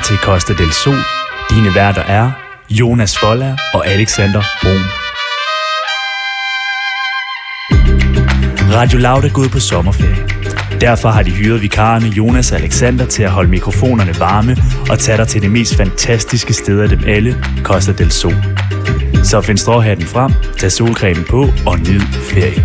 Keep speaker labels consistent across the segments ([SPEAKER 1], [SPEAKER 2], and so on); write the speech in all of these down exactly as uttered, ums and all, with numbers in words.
[SPEAKER 1] til Costa del Sol. Dine værter er Jonas Foller og Alexander Brun. Radio Loud er gået på sommerferie. Derfor har de hyret vikarerne Jonas og Alexander til at holde mikrofonerne varme og tage dig til det mest fantastiske sted af dem alle, Costa del Sol. Så find stråhatten frem, tag solcremen på og nyd ferien.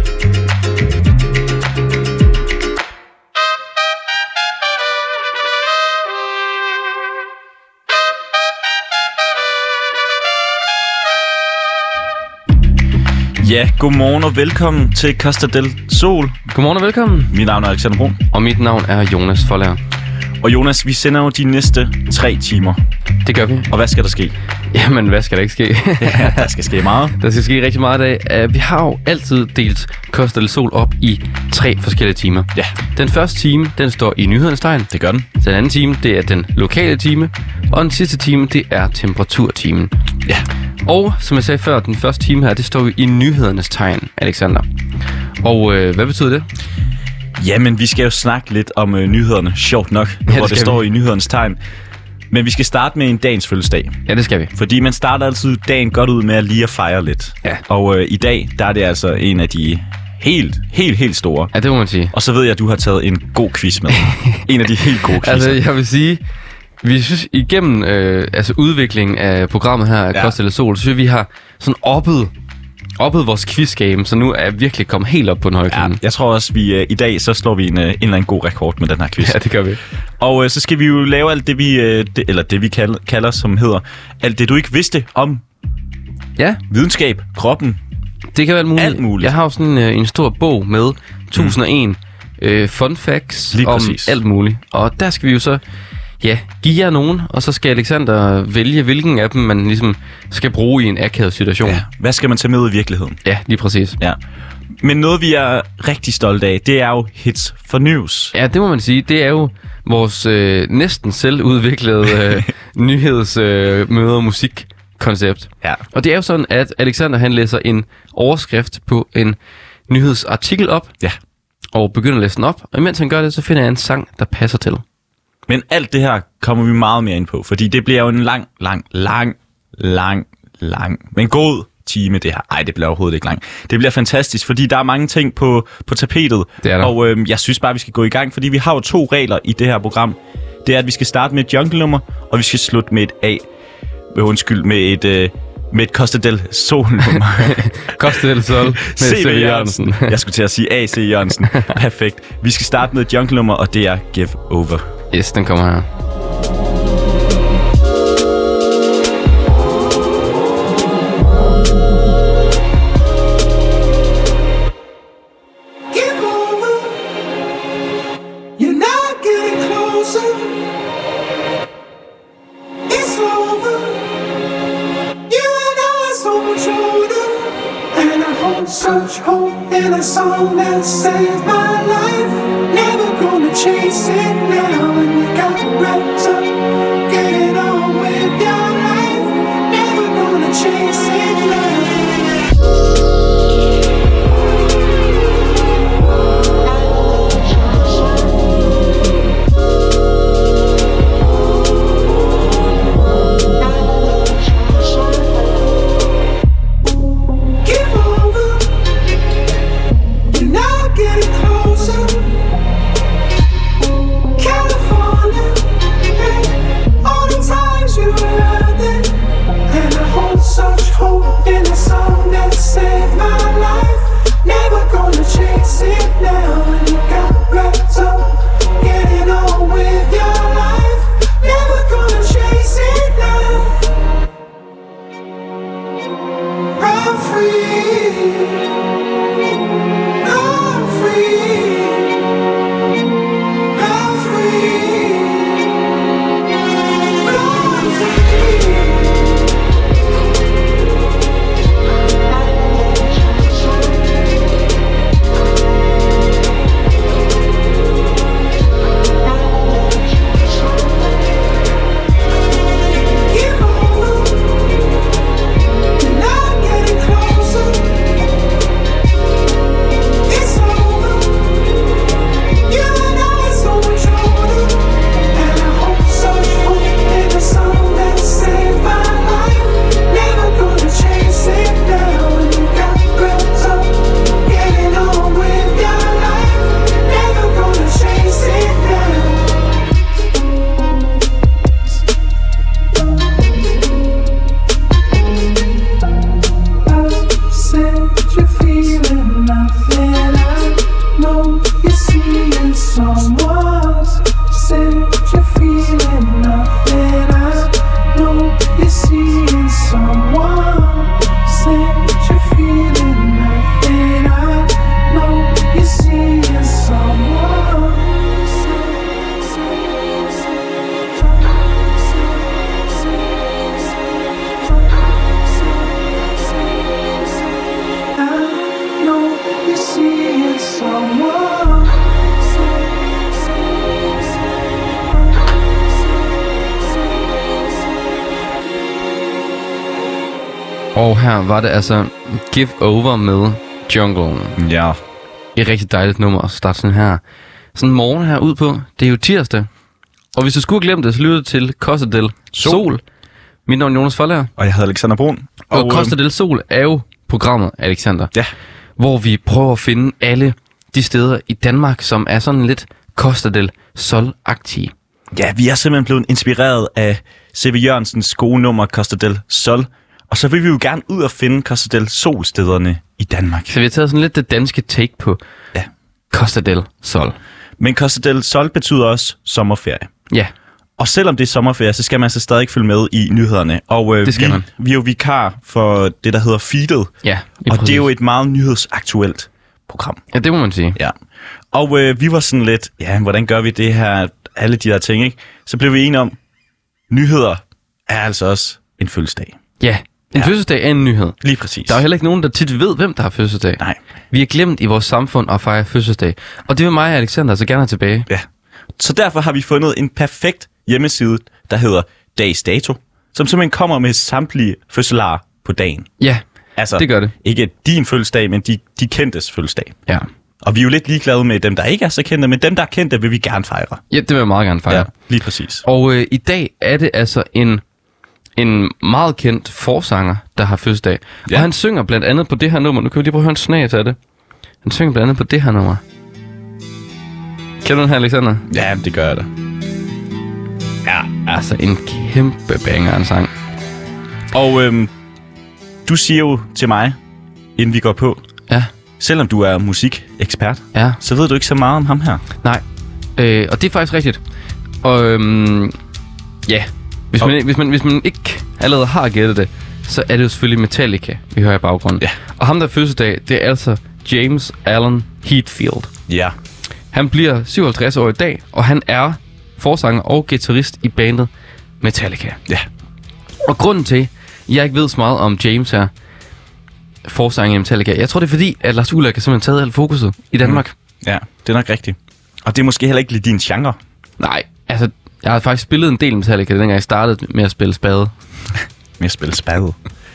[SPEAKER 2] Ja, godmorgen og velkommen til Costa del Sol.
[SPEAKER 3] Godmorgen og velkommen.
[SPEAKER 2] Mit navn er Alexander Brun.
[SPEAKER 3] Og mit navn er Jonas Foller.
[SPEAKER 2] Og Jonas, vi sender jo de næste tre timer.
[SPEAKER 3] Det gør vi.
[SPEAKER 2] Og hvad skal der ske?
[SPEAKER 3] Jamen, hvad skal der ikke ske?
[SPEAKER 2] Ja, der skal ske meget.
[SPEAKER 3] Der skal ske rigtig meget i dag. Uh, vi har jo altid delt Costa del Sol op i tre forskellige timer.
[SPEAKER 2] Ja.
[SPEAKER 3] Den første time, den står i nyhedernes tegn.
[SPEAKER 2] Det gør den.
[SPEAKER 3] Den anden time, det er den lokale time. Og den sidste time, det er temperaturtimen.
[SPEAKER 2] Ja.
[SPEAKER 3] Og som jeg sagde før, den første time her, det står jo i nyhedernes tegn, Alexander. Og øh, hvad betyder det?
[SPEAKER 2] Jamen, vi skal jo snakke lidt om øh, nyhederne, sjovt nok,
[SPEAKER 3] ja,
[SPEAKER 2] hvor det står
[SPEAKER 3] vi.
[SPEAKER 2] i nyhedernes tegn. Men vi skal starte med en dagens fødselsdag.
[SPEAKER 3] Ja, det skal vi.
[SPEAKER 2] Fordi man starter altid dagen godt ud med at lige at fejre lidt.
[SPEAKER 3] Ja.
[SPEAKER 2] Og øh, i dag, der er det altså en af de helt, helt, helt store.
[SPEAKER 3] Ja, det må man sige.
[SPEAKER 2] Og så ved jeg, at du har taget en god quiz med. En af de helt gode quizzer.
[SPEAKER 3] Altså, jeg vil sige, vi synes igennem øh, altså udviklingen af programmet her, ja. Costa del Sol, så synes vi har sådan oppet, oppet vores quizgame, så nu er jeg virkelig kommet helt op på en høj
[SPEAKER 2] ja, jeg tror også, vi øh, i dag, så slår vi en, øh, en eller anden god rekord med den her quiz.
[SPEAKER 3] Ja, det gør vi.
[SPEAKER 2] Og øh, så skal vi jo lave alt det, vi, øh, det, eller det, vi kalder, kalder, som hedder, alt det, du ikke vidste om
[SPEAKER 3] ja.
[SPEAKER 2] videnskab, kroppen.
[SPEAKER 3] Det kan være alt muligt.
[SPEAKER 2] Alt muligt.
[SPEAKER 3] Jeg har jo sådan øh, en stor bog med tusind og en mm. øh, fun facts
[SPEAKER 2] lige
[SPEAKER 3] om
[SPEAKER 2] præcis.
[SPEAKER 3] alt muligt. Og der skal vi jo så ja, give jer nogen, og så skal Alexander vælge, hvilken af dem man ligesom skal bruge i en akavet situation.
[SPEAKER 2] Ja. Hvad skal man tage med i virkeligheden?
[SPEAKER 3] Ja, lige præcis.
[SPEAKER 2] Ja. Men noget, vi er rigtig stolte af, det er jo Hits for News.
[SPEAKER 3] Ja, det må man sige. Det er jo vores øh, næsten selvudviklede øh, nyhedsmøder øh, og musikkoncept.
[SPEAKER 2] Ja.
[SPEAKER 3] Og det er jo sådan, at Alexander han læser en overskrift på en nyhedsartikel op,
[SPEAKER 2] Ja.
[SPEAKER 3] og begynder at læse den op. Og imens han gør det, så finder jeg en sang, der passer til.
[SPEAKER 2] Men alt det her kommer vi meget mere ind på, fordi det bliver jo en lang, lang, lang, lang, lang, men god time, det her. Ej, det bliver overhovedet ikke lang. Det bliver fantastisk, fordi der er mange ting på, på tapetet.
[SPEAKER 3] Det er der.
[SPEAKER 2] Og øh, jeg synes bare, vi skal gå i gang, fordi vi har jo to regler i det her program. Det er, at vi skal starte med et jungle-nummer, og vi skal slutte med et A. Med undskyld, med et, øh, med et Costa del Sol-nummer.
[SPEAKER 3] Costa del Sol med C V Jørgensen.
[SPEAKER 2] Jeg skulle til at sige A C Jørgensen. Perfekt. Vi skal starte med et jungle-nummer, og det er Give Over.
[SPEAKER 3] Yes, den kommer her.
[SPEAKER 4] Such hope in a song that saved my life. Never gonna chase it now, and you got wrapped up. Getting on with your life. Never gonna chase it now. Closer
[SPEAKER 3] Og her var det altså Give Over med Jungle.
[SPEAKER 2] Ja.
[SPEAKER 3] Et rigtig dejligt nummer at starte sådan her. Sådan en morgen her ud på. Det er jo tirsdag. Og hvis du skulle have glemt det, så lytter du til Costa del Sol. Sol. Mit navn er Jonas Forlager.
[SPEAKER 2] Og jeg hedder Alexander Brun.
[SPEAKER 3] Og, og Costa del Sol er jo programmet, Alexander.
[SPEAKER 2] Ja.
[SPEAKER 3] Hvor vi prøver at finde alle de steder i Danmark, som er sådan lidt Costa del Sol-agtige.
[SPEAKER 2] Ja, vi er simpelthen blevet inspireret af C V Jørgensens gode nummer Costa del Sol. Og så vil vi jo gerne ud og finde Costa del Sol-stederne i Danmark.
[SPEAKER 3] Så vi har taget sådan lidt det danske take på
[SPEAKER 2] Ja.
[SPEAKER 3] Costa del Sol.
[SPEAKER 2] Men Costa del Sol betyder også sommerferie.
[SPEAKER 3] Ja.
[SPEAKER 2] Og selvom det er sommerferie, så skal man så stadig følge med i nyhederne. Og øh,
[SPEAKER 3] Det skal
[SPEAKER 2] vi,
[SPEAKER 3] man.
[SPEAKER 2] vi er jo vikar for det, der hedder Feedet.
[SPEAKER 3] Ja,
[SPEAKER 2] og det er jo et meget nyhedsaktuelt program.
[SPEAKER 3] Ja, det må man sige.
[SPEAKER 2] Ja. Og øh, vi var sådan lidt, ja, hvordan gør vi det her, alle de der ting, ikke? Så blev vi enige om, nyheder er altså også en fødselsdag.
[SPEAKER 3] Ja, en
[SPEAKER 2] Ja.
[SPEAKER 3] fødselsdag er en nyhed.
[SPEAKER 2] Lige præcis.
[SPEAKER 3] Der er jo heller ikke nogen, der tit ved, hvem der har fødselsdag.
[SPEAKER 2] Nej.
[SPEAKER 3] Vi er glemt i vores samfund at fejre fødselsdag. Og det vil mig og Alexander så gerne have tilbage.
[SPEAKER 2] Ja. Så derfor har vi fundet en perfekt hjemmeside, der hedder Dags Dato, som simpelthen kommer med samtlige fødselarer på dagen.
[SPEAKER 3] Ja,
[SPEAKER 2] Altså,
[SPEAKER 3] det gør det.
[SPEAKER 2] ikke din fødselsdag, men de, de kendtes fødselsdag.
[SPEAKER 3] Ja.
[SPEAKER 2] Og vi er jo lidt ligeglade med dem, der ikke er så kendte, men dem, der er kendte, vil vi gerne fejre.
[SPEAKER 3] Ja, det vil jeg meget gerne fejre.
[SPEAKER 2] Ja, lige præcis.
[SPEAKER 3] Og øh, i dag er det altså en, en meget kendt forsanger, der har fødselsdag.
[SPEAKER 2] Ja.
[SPEAKER 3] Og han synger blandt andet på det her nummer. Nu kan vi lige prøve at høre en snas af det. Han synger blandt andet på det her nummer. Kender du den her, Alexander?
[SPEAKER 2] Ja, det gør jeg da.
[SPEAKER 3] Ja, altså en kæmpe banger af en sang.
[SPEAKER 2] Og øhm, du siger jo til mig, inden vi går på,
[SPEAKER 3] Ja,
[SPEAKER 2] selvom du er musikekspert,
[SPEAKER 3] ja.
[SPEAKER 2] så ved du ikke så meget om ham her.
[SPEAKER 3] Nej, øh, og det er faktisk rigtigt. Og øhm, ja, hvis man, hvis, man, hvis man ikke allerede har gættet det, så er det jo selvfølgelig Metallica, vi hører i baggrunden.
[SPEAKER 2] Ja.
[SPEAKER 3] Og ham der er fødselsdag, det er altså James Allen Hetfield.
[SPEAKER 2] Ja.
[SPEAKER 3] Han bliver syvoghalvtreds år i dag, og han er forsanger og guitarist i bandet Metallica.
[SPEAKER 2] Ja.
[SPEAKER 3] Og grunden til, at jeg ikke ved så meget om James her, forsanger i Metallica, jeg tror det er fordi, at Lars Ulrik har simpelthen taget alt fokuset i Danmark. Mm.
[SPEAKER 2] Ja, det er nok rigtigt. Og det er måske heller ikke lige din genre.
[SPEAKER 3] Nej, altså, jeg har faktisk spillet en del Metallica, dengang jeg startede med at spille spade.
[SPEAKER 2] Med at spille spade.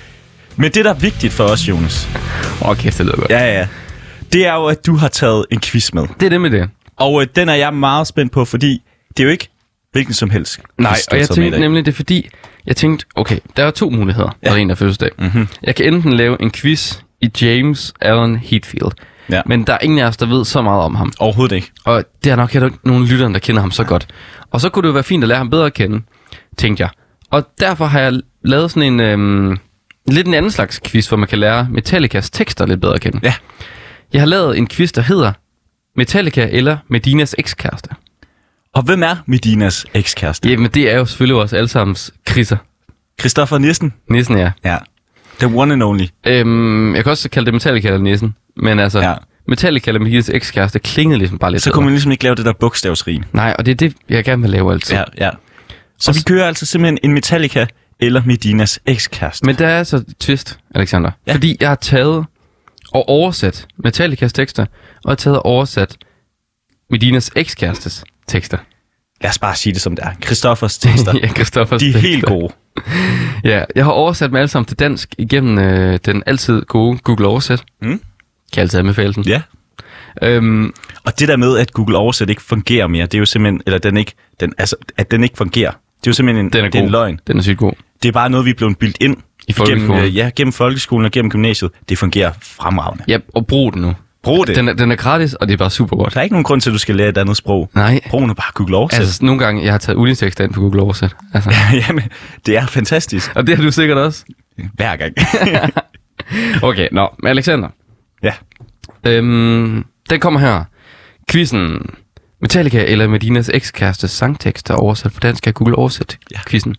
[SPEAKER 2] Men det, der er vigtigt for os, Jonas.
[SPEAKER 3] Åh, oh, kæft, det lyder godt.
[SPEAKER 2] Ja, ja, ja. Det er jo, at du har taget en quiz med.
[SPEAKER 3] Det er det med det.
[SPEAKER 2] Og øh, den er jeg meget spændt på, fordi det er jo ikke hvilken som helst.
[SPEAKER 3] Nej,
[SPEAKER 2] quiz, du
[SPEAKER 3] og
[SPEAKER 2] har
[SPEAKER 3] jeg
[SPEAKER 2] taget med i
[SPEAKER 3] tænkte
[SPEAKER 2] dag.
[SPEAKER 3] nemlig, det er fordi, jeg tænkte, okay, der er to muligheder, når
[SPEAKER 2] Ja.
[SPEAKER 3] der er en, der er fødselsdag.
[SPEAKER 2] Mhm.
[SPEAKER 3] Jeg kan enten lave en quiz i James Allen Hetfield,
[SPEAKER 2] Ja.
[SPEAKER 3] men der er ingen af os, der ved så meget om ham.
[SPEAKER 2] Overhovedet ikke.
[SPEAKER 3] Og det er nok heller ikke nogen lyttere, der kender ham så godt. Og så kunne det jo være fint at lære ham bedre at kende, tænkte jeg. Og derfor har jeg lavet sådan en øhm, lidt en anden slags quiz, hvor man kan lære Metallicas tekster lidt bedre at kende.
[SPEAKER 2] Ja.
[SPEAKER 3] Jeg har lavet en quiz, der hedder Metallica eller Medinas ekskæreste.
[SPEAKER 2] Og hvem er Medinas ekskæreste?
[SPEAKER 3] Jamen, det er jo selvfølgelig vores allesammens kriser.
[SPEAKER 2] Christoffer Nissen.
[SPEAKER 3] Nissen, ja.
[SPEAKER 2] Ja. The one and only.
[SPEAKER 3] Øhm, jeg kan også kalde det Metallica eller Nissen. Men altså,
[SPEAKER 2] Ja.
[SPEAKER 3] ja. Metallica eller Medinas ekskæreste klingede ligesom bare lidt
[SPEAKER 2] Så kunne man
[SPEAKER 3] bedre.
[SPEAKER 2] ligesom ikke lave det der bogstavsrim.
[SPEAKER 3] Nej, og det er det, jeg gerne vil lave altid.
[SPEAKER 2] Ja, ja. Så
[SPEAKER 3] Og
[SPEAKER 2] vi
[SPEAKER 3] s-
[SPEAKER 2] kører altså simpelthen en Metallica eller Medinas ekskæreste.
[SPEAKER 3] Men der er altså et twist, Alexander.
[SPEAKER 2] Ja.
[SPEAKER 3] Ja. Fordi jeg har taget og oversat Metallicas tekster, og jeg har taget og oversat Medinas ekskærestes tekster.
[SPEAKER 2] Lad os bare sige det som det er. Christoffers tekster.
[SPEAKER 3] ja, Christoffers
[SPEAKER 2] De er
[SPEAKER 3] tekster.
[SPEAKER 2] helt gode.
[SPEAKER 3] Ja, jeg har oversat dem alle sammen til dansk igennem øh, den altid gode Google Oversæt.
[SPEAKER 2] Mm.
[SPEAKER 3] Kan altid anbefale den.
[SPEAKER 2] Ja.
[SPEAKER 3] Øhm,
[SPEAKER 2] Og det der med, at Google Oversæt ikke fungerer mere, det er jo simpelthen, eller den ikke, den, altså, at den ikke fungerer, det er jo simpelthen en,
[SPEAKER 3] den er
[SPEAKER 2] det er en
[SPEAKER 3] god.
[SPEAKER 2] løgn.
[SPEAKER 3] Den er sygt god.
[SPEAKER 2] Det er bare noget, vi er blevet bildt ind
[SPEAKER 3] I folkeskolen.
[SPEAKER 2] Gennem, øh, ja, gennem folkeskolen og gennem gymnasiet. Det fungerer fremragende.
[SPEAKER 3] Ja, og brug den nu.
[SPEAKER 2] Brug det.
[SPEAKER 3] Den er, den er gratis, og det er bare super godt.
[SPEAKER 2] Der er ikke nogen grund til, at du skal lære et andet sprog.
[SPEAKER 3] Nej.
[SPEAKER 2] Brug nu bare Google Oversæt.
[SPEAKER 3] Altså, nogle gange, jeg har taget ulitekster ind på Google Oversæt. Altså.
[SPEAKER 2] Jamen, det er fantastisk.
[SPEAKER 3] Og det har du sikkert også.
[SPEAKER 2] Hver gang.
[SPEAKER 3] Okay, nå. Men Alexander.
[SPEAKER 2] Ja.
[SPEAKER 3] Øhm, den kommer her. Quizzen. Metallica eller Medinas ekskæreste sangtekster oversat på dansk af Google Oversæt.
[SPEAKER 2] Ja.
[SPEAKER 3] Quizzen.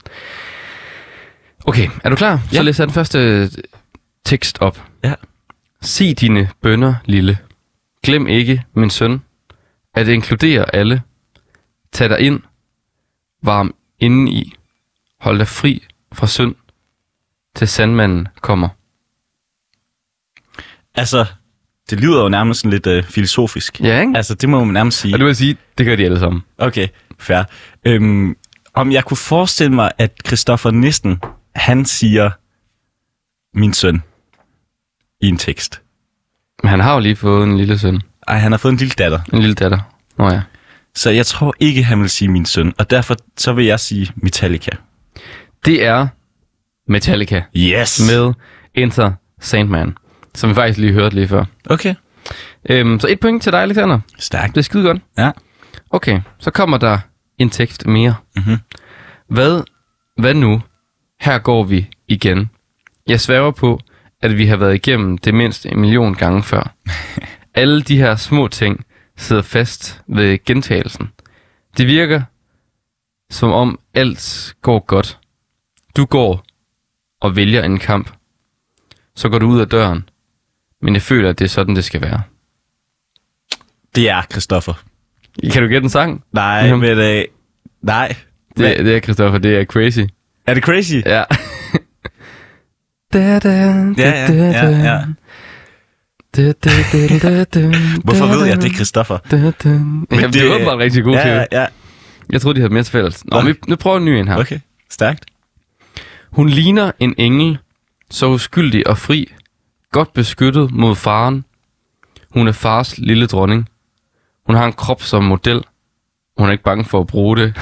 [SPEAKER 3] Okay, er du klar?
[SPEAKER 2] Ja.
[SPEAKER 3] Så læser jeg den første tekst op.
[SPEAKER 2] Ja.
[SPEAKER 3] Sig dine bønner, lille. Glem ikke, min søn, at inkludere alle. Tag dig ind. Varm indeni. Hold dig fri fra synd, til sandmanden kommer.
[SPEAKER 2] Altså, det lyder jo nærmest sådan lidt øh, filosofisk.
[SPEAKER 3] Ja, ikke?
[SPEAKER 2] Altså, det må man nærmest sige.
[SPEAKER 3] Og det vil sige, det gør de alle sammen.
[SPEAKER 2] Okay, fair. Øhm, om jeg kunne forestille mig, at Christoffer Nissen, han siger, min søn i en tekst.
[SPEAKER 3] Men han har jo lige fået en lille søn.
[SPEAKER 2] Ej, han har fået en lille datter.
[SPEAKER 3] En lille datter. Nå ja.
[SPEAKER 2] Så jeg tror ikke, han vil sige min søn, og derfor så vil jeg sige Metallica.
[SPEAKER 3] Det er Metallica.
[SPEAKER 2] Yes!
[SPEAKER 3] Med Enter Sandman, som vi faktisk lige hørte lige før.
[SPEAKER 2] Okay.
[SPEAKER 3] Øhm, så et point til dig, Alexander.
[SPEAKER 2] Stærkt.
[SPEAKER 3] Det er skide godt.
[SPEAKER 2] Ja.
[SPEAKER 3] Okay, så kommer der en tekst mere.
[SPEAKER 2] Mm-hmm.
[SPEAKER 3] Hvad, hvad nu? Her går vi igen. Jeg sværger på, at vi har været igennem det mindst en million gange før. Alle de her små ting sidder fast ved gentagelsen. Det virker, som om alt går godt. Du går og vælger en kamp. Så går du ud af døren. Men jeg føler, at det er sådan, det skal være.
[SPEAKER 2] Det er Christoffer.
[SPEAKER 3] Kan du gætte en sang?
[SPEAKER 2] Nej,
[SPEAKER 3] Jamen.
[SPEAKER 2] men øh, nej.
[SPEAKER 3] Det, det er Christoffer, det er Crazy.
[SPEAKER 2] Er det Crazy?
[SPEAKER 3] Ja. da, da,
[SPEAKER 2] Ja, ja, ja, ja.
[SPEAKER 3] Da, da, da, da, da,
[SPEAKER 2] Hvorfor
[SPEAKER 3] da,
[SPEAKER 2] ved jeg,
[SPEAKER 3] da,
[SPEAKER 2] det er Christoffer?
[SPEAKER 3] da, da. Jamen, det, det er åbenbart rigtig god
[SPEAKER 2] ja,
[SPEAKER 3] til
[SPEAKER 2] ja,
[SPEAKER 3] det.
[SPEAKER 2] ja.
[SPEAKER 3] Jeg troede, de havde mere til fælles. Nå,
[SPEAKER 2] Okay.
[SPEAKER 3] vi, nu prøver vi en ny en her.
[SPEAKER 2] Okay, stærkt.
[SPEAKER 3] Hun ligner en engel, så uskyldig og fri, godt beskyttet mod faren. Hun er fars lille dronning. Hun har en krop som model. Hun er ikke bange for at bruge det.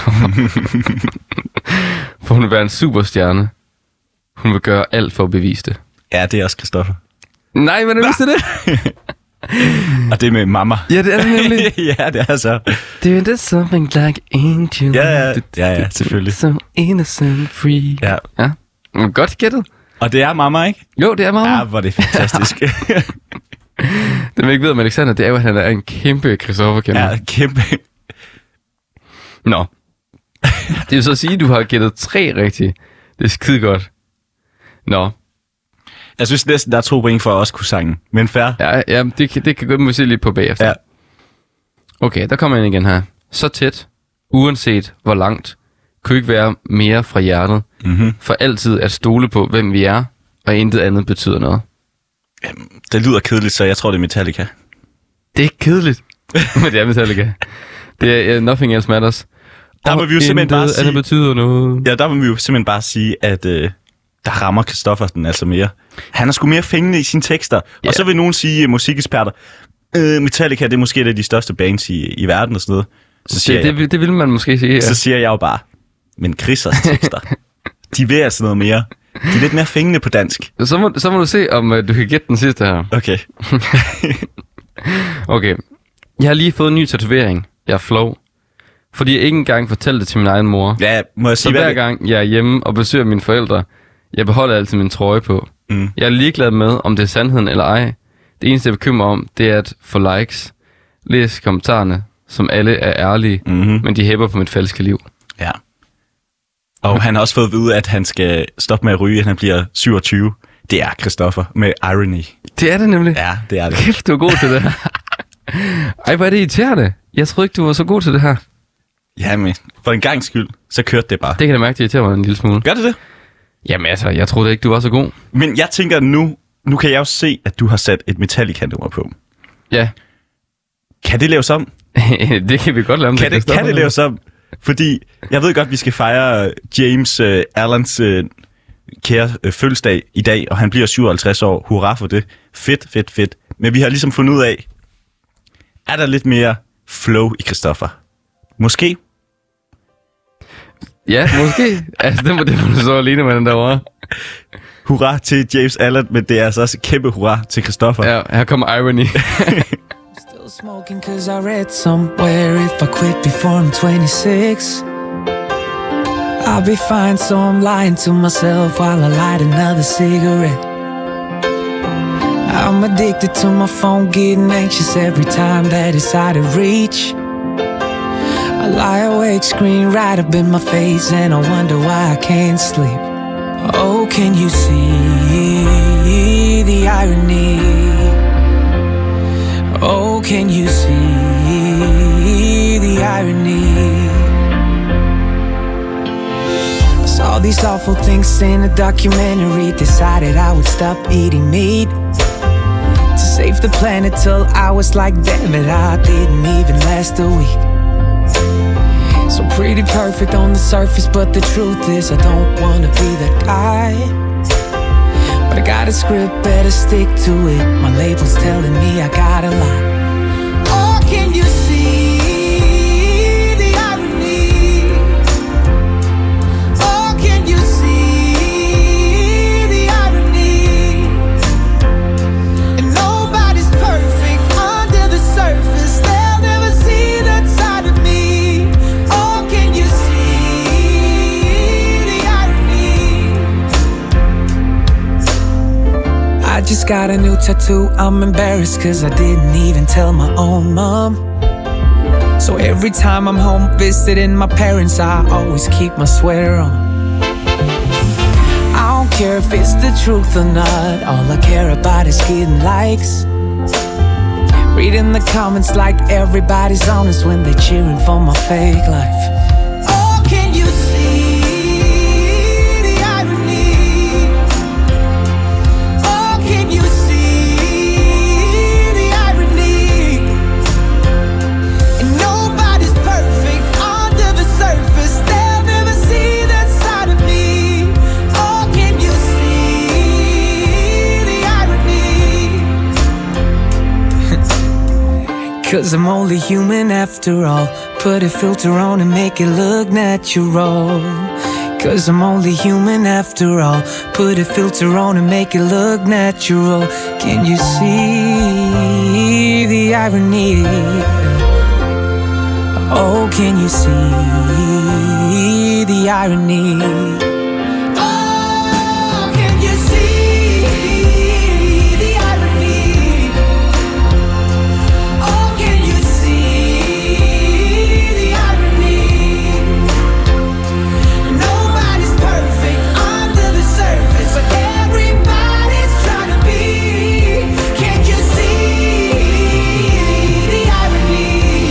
[SPEAKER 3] For hun vil være en superstjerne. Hun vil gøre alt for at bevise det.
[SPEAKER 2] Ja, det er også Christoffer.
[SPEAKER 3] Nej, hvordan vidste det?
[SPEAKER 2] Og det er med mamma.
[SPEAKER 3] Ja, det er det nemlig.
[SPEAKER 2] Ja, det er så.
[SPEAKER 3] Doing this something like angel.
[SPEAKER 2] Ja, ja, ja, ja, selvfølgelig.
[SPEAKER 3] So innocent free.
[SPEAKER 2] Ja.
[SPEAKER 3] Ja. Mm, godt gættet.
[SPEAKER 2] Og det er mamma, ikke?
[SPEAKER 3] Jo, det er meget.
[SPEAKER 2] Ja, hvor det er fantastisk.
[SPEAKER 3] Det man ikke ved om Alexander, det er jo, at han er en kæmpe Christoffer-kender.
[SPEAKER 2] Ja, kæmpe.
[SPEAKER 3] Nå. Det vil så sige, at du har gættet tre rigtigt. Det er skide godt. Nå.
[SPEAKER 2] Jeg synes næsten, der er to point for at også kunne sange. Men fair.
[SPEAKER 3] Ja, ja det, kan- det kan vi se lidt på bagefter.
[SPEAKER 2] Ja.
[SPEAKER 3] Okay, der kommer en igen her. Så tæt, uanset hvor langt, kunne ikke være mere fra hjertet.
[SPEAKER 2] Mm-hmm.
[SPEAKER 3] For altid at stole på, hvem vi er, og intet andet betyder noget.
[SPEAKER 2] Det lyder kedeligt, så jeg tror, det er Metallica.
[SPEAKER 3] Det er ikke kedeligt. Men det er Metallica. Det er uh, Nothing Else Matters.
[SPEAKER 2] Der må vi jo simpelthen bare
[SPEAKER 3] intet
[SPEAKER 2] sige-
[SPEAKER 3] andet betyder noget.
[SPEAKER 2] Ja, der må vi jo simpelthen bare sige, at øh, der rammer Christoffersen altså mere. Han er sgu mere fængende i sine tekster.
[SPEAKER 3] Ja.
[SPEAKER 2] Og så vil nogen sige, uh, musikeksperter, øh, Metallica, det er måske et af de største bands i, i verden og sådan noget. Så siger,
[SPEAKER 3] Det,
[SPEAKER 2] jeg,
[SPEAKER 3] det, det vil man måske sige, ja.
[SPEAKER 2] så siger jeg jo bare, men Chrisers tekster, de vil altså noget mere. De er lidt mere fængende på dansk.
[SPEAKER 3] Så må, så må du se, om uh, du kan gætte den sidste her.
[SPEAKER 2] Okay.
[SPEAKER 3] Okay. Jeg har lige fået en ny tatovering. Jeg er flow. Fordi jeg ikke engang fortalte det til min egen mor.
[SPEAKER 2] Ja, må jeg
[SPEAKER 3] Så
[SPEAKER 2] sige, hvad
[SPEAKER 3] hver
[SPEAKER 2] det...
[SPEAKER 3] gang jeg er hjemme og besøger mine forældre, jeg beholder altid min trøje på.
[SPEAKER 2] Mm.
[SPEAKER 3] Jeg er ligeglad med, om det er sandheden eller ej. Det eneste, jeg bekymrer om, det er at få likes. Læs kommentarerne, som alle er ærlige,
[SPEAKER 2] Mm-hmm.
[SPEAKER 3] men de hæpper på mit falske liv.
[SPEAKER 2] Ja. Og han har også fået at vide, at han skal stoppe med at ryge, at han bliver syvogtyve. Det er Christoffer med irony.
[SPEAKER 3] Det er det nemlig.
[SPEAKER 2] Ja, det er det.
[SPEAKER 3] Kæft, du er god til det her. Ej, hvor er det irriterende. Jeg troede ikke, du var så god til det her.
[SPEAKER 2] Ja, men for en gang skyld, så kørte det bare.
[SPEAKER 3] Det kan jeg mærke, det irriterer mig en lille smule.
[SPEAKER 2] Gør det det?
[SPEAKER 3] Jamen altså, jeg troede ikke, du var så god.
[SPEAKER 2] Men jeg tænker nu, nu kan jeg jo se, at du har sat et Metallica-nummer på.
[SPEAKER 3] Ja,
[SPEAKER 2] Kan det laves om?
[SPEAKER 3] det kan vi godt lave om.
[SPEAKER 2] Kan det, kan det laves om? Fordi jeg ved godt, vi skal fejre James uh, Allens uh, kære uh, fødselsdag i dag, og han bliver syvoghalvtreds år. Hurra for det. Fedt, fedt, fedt. Men vi har ligesom fundet ud af, er der lidt mere flow i Christoffer? Måske?
[SPEAKER 3] Ja, måske. Altså, det må det må du så alene med den derovre.
[SPEAKER 2] Hurra til James Allen, men det er altså også et kæmpe hurra til Christoffer.
[SPEAKER 3] Ja, her kommer irony.
[SPEAKER 4] Still smoking cause I read somewhere if I quit before I'm twenty-six I'll be fine, so I'm lying to myself while I light another cigarette. I'm addicted to my phone, getting anxious every time that it's out of reach. I lie awake, screen right up in my face, and I wonder why I can't sleep. Oh, can you see the irony? Oh, can you see the irony? I saw these awful things in a documentary, decided I would stop eating meat to save the planet till I was like, damn it, I didn't even last a week. So pretty perfect on the surface, but the truth is I don't wanna be that guy. But I gotta
[SPEAKER 5] Got a script, better stick to it. My label's telling me I got a lot. Oh, can you see the irony? Oh, can you see the irony? And nobody's perfect under the surface. They'll never see that side of me. Oh, can you see the irony? I just got a new tattoo. I'm embarrassed cause I didn't even tell my own mom. So every time I'm home visiting my parents, I always keep my sweater on. I don't care if it's the truth or not. All I care about is getting likes. Reading the comments like everybody's honest when they cheering for my fake life. Oh, can you see the irony? Oh, can you see the irony? And nobody's perfect under the surface. They'll never see that side of me. Oh, can you see the irony? Cause I'm only human after all. Put a filter on and make it look natural. Cause I'm only human after all. Put a filter on and make it look natural. Can you see the irony? Oh, can you see the irony? Oh, can you see the irony? Oh, can you see the irony? Nobody's perfect under the surface, but everybody's trying to be. Can you see the irony?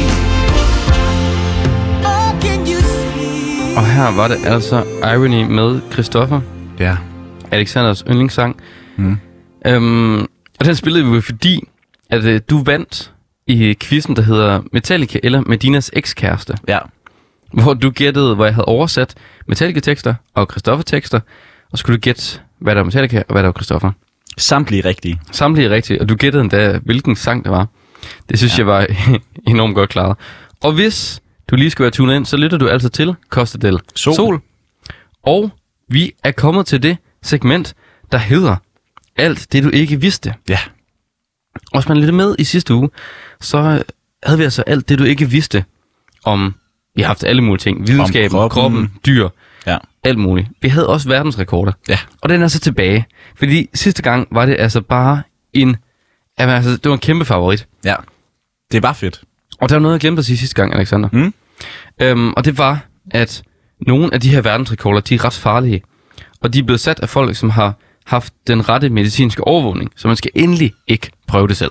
[SPEAKER 5] Oh, can you see?
[SPEAKER 3] Og her var det altså Irony med Christoffer,
[SPEAKER 2] Ja.
[SPEAKER 3] Alexanders yndlingssang.
[SPEAKER 2] Mm.
[SPEAKER 3] Øhm, og den spillede vi jo fordi, at øh, du vandt i quizzen, der hedder Metallica eller Medinas ekskæreste.
[SPEAKER 2] Ja.
[SPEAKER 3] Hvor du gættede, hvor jeg havde oversat Metallica-tekster og Christoffer-tekster. Og skulle du gætte, hvad der var Metallica og hvad der var Christoffer.
[SPEAKER 2] Samtlige rigtige.
[SPEAKER 3] Samtlige rigtigt, og du gættede endda, hvilken sang det var. Det synes ja. jeg var enormt godt klaret. Og hvis du lige skal være tunet ind, så lytter du altså til Costa del
[SPEAKER 2] Sol.
[SPEAKER 3] Sol. Og vi er kommet til det segment, der hedder Alt det, du ikke vidste.
[SPEAKER 2] Ja.
[SPEAKER 3] Og hvis man lytter med i sidste uge, så havde vi altså alt det, du ikke vidste om, vi har haft alle mulige ting. Videnskaben,
[SPEAKER 2] kroppen.
[SPEAKER 3] kroppen, dyr,
[SPEAKER 2] Ja.
[SPEAKER 3] alt muligt. Vi havde også verdensrekorder.
[SPEAKER 2] Ja.
[SPEAKER 3] Og den er så tilbage. Fordi sidste gang var det altså bare en, jamen, altså, det var en kæmpe favorit.
[SPEAKER 2] Ja. Det var fedt.
[SPEAKER 3] Og der var noget, jeg glemte at sige sidste gang, Alexander.
[SPEAKER 2] Mm.
[SPEAKER 3] Øhm, og det var, at nogle af de her verdensrekorder, de er ret farlige. Og de er blevet sat af folk, som har haft den rette medicinske overvågning. Så man skal endelig ikke prøve det selv.